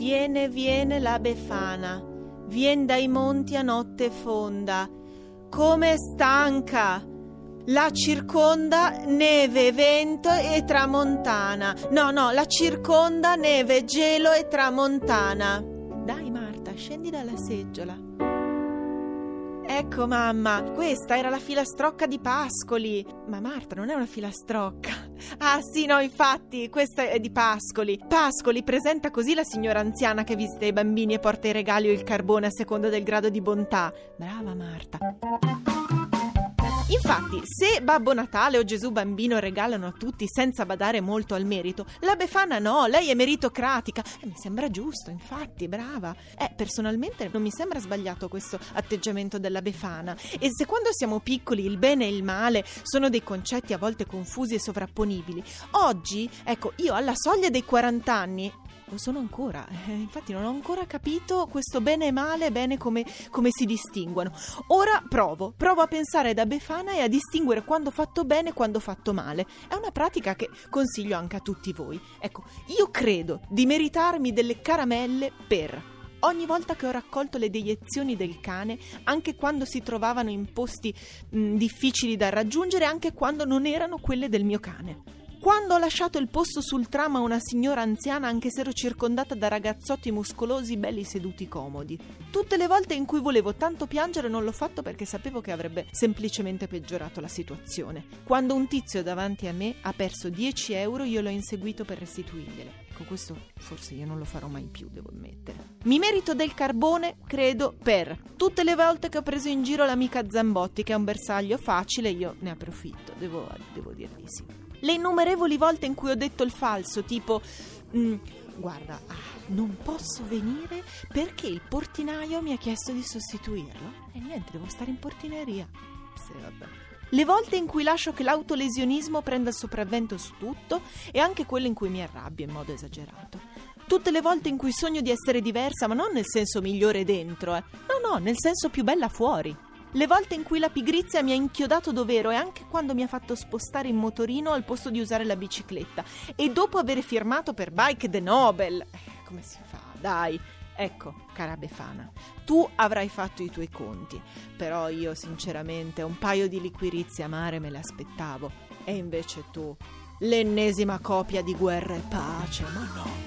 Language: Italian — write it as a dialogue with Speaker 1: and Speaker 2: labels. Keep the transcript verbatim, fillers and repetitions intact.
Speaker 1: Viene, viene la Befana, vien dai monti a notte fonda, come è stanca, la circonda neve, vento e tramontana. No, no, la circonda neve, gelo e tramontana. Dai Marta, scendi dalla seggiola. Ecco mamma, questa era la filastrocca di Pascoli. Ma Marta, non è una filastrocca. Ah sì, no, infatti, questa è di Pascoli. Pascoli presenta così la signora anziana che visita i bambini e porta i regali o il carbone a seconda del grado di bontà. Brava Marta. Infatti, se Babbo Natale o Gesù Bambino regalano a tutti senza badare molto al merito, la Befana no, lei è meritocratica. Eh, mi sembra giusto, infatti, brava. Eh, personalmente non mi sembra sbagliato questo atteggiamento della Befana. E se quando siamo piccoli il bene e il male sono dei concetti a volte confusi e sovrapponibili, oggi, ecco, io alla soglia dei quaranta anni lo sono ancora, eh, infatti non ho ancora capito questo bene e male, bene come, come si distinguono. Ora provo, provo a pensare da Befana e a distinguere quando ho fatto bene e quando ho fatto male. È una pratica che consiglio anche a tutti voi. Ecco, io credo di meritarmi delle caramelle per ogni volta che ho raccolto le deiezioni del cane, anche quando si trovavano in posti mh, difficili da raggiungere, anche quando non erano quelle del mio cane. Quando ho lasciato il posto sul tram a una signora anziana, anche se ero circondata da ragazzotti muscolosi belli seduti comodi. Tutte le volte in cui volevo tanto piangere non l'ho fatto perché sapevo che avrebbe semplicemente peggiorato la situazione. Quando un tizio davanti a me ha perso dieci euro, io l'ho inseguito per restituirgliele. Ecco, questo forse io non lo farò mai più, devo ammettere. Mi merito del carbone, credo, per tutte le volte che ho preso in giro l'amica Zambotti, che è un bersaglio facile, io ne approfitto, devo, devo dir di sì. Le innumerevoli volte in cui ho detto il falso, tipo mm, guarda, ah, non posso venire perché il portinaio mi ha chiesto di sostituirlo. E niente, devo stare in portineria. Sì, vabbè. Le volte in cui lascio che l'autolesionismo prenda il sopravvento su tutto e anche quelle in cui mi arrabbio in modo esagerato. Tutte le volte in cui sogno di essere diversa, ma non nel senso migliore dentro, eh. No, no, nel senso più bella fuori. Le volte in cui la pigrizia mi ha inchiodato dov'ero e anche quando mi ha fatto spostare in motorino al posto di usare la bicicletta. E dopo aver firmato per Bike the Nobel. Eh, come si fa? Dai. Ecco, cara Befana, tu avrai fatto i tuoi conti, però io sinceramente un paio di liquirizie amare me le aspettavo. E invece tu, l'ennesima copia di Guerra e Pace, ma no.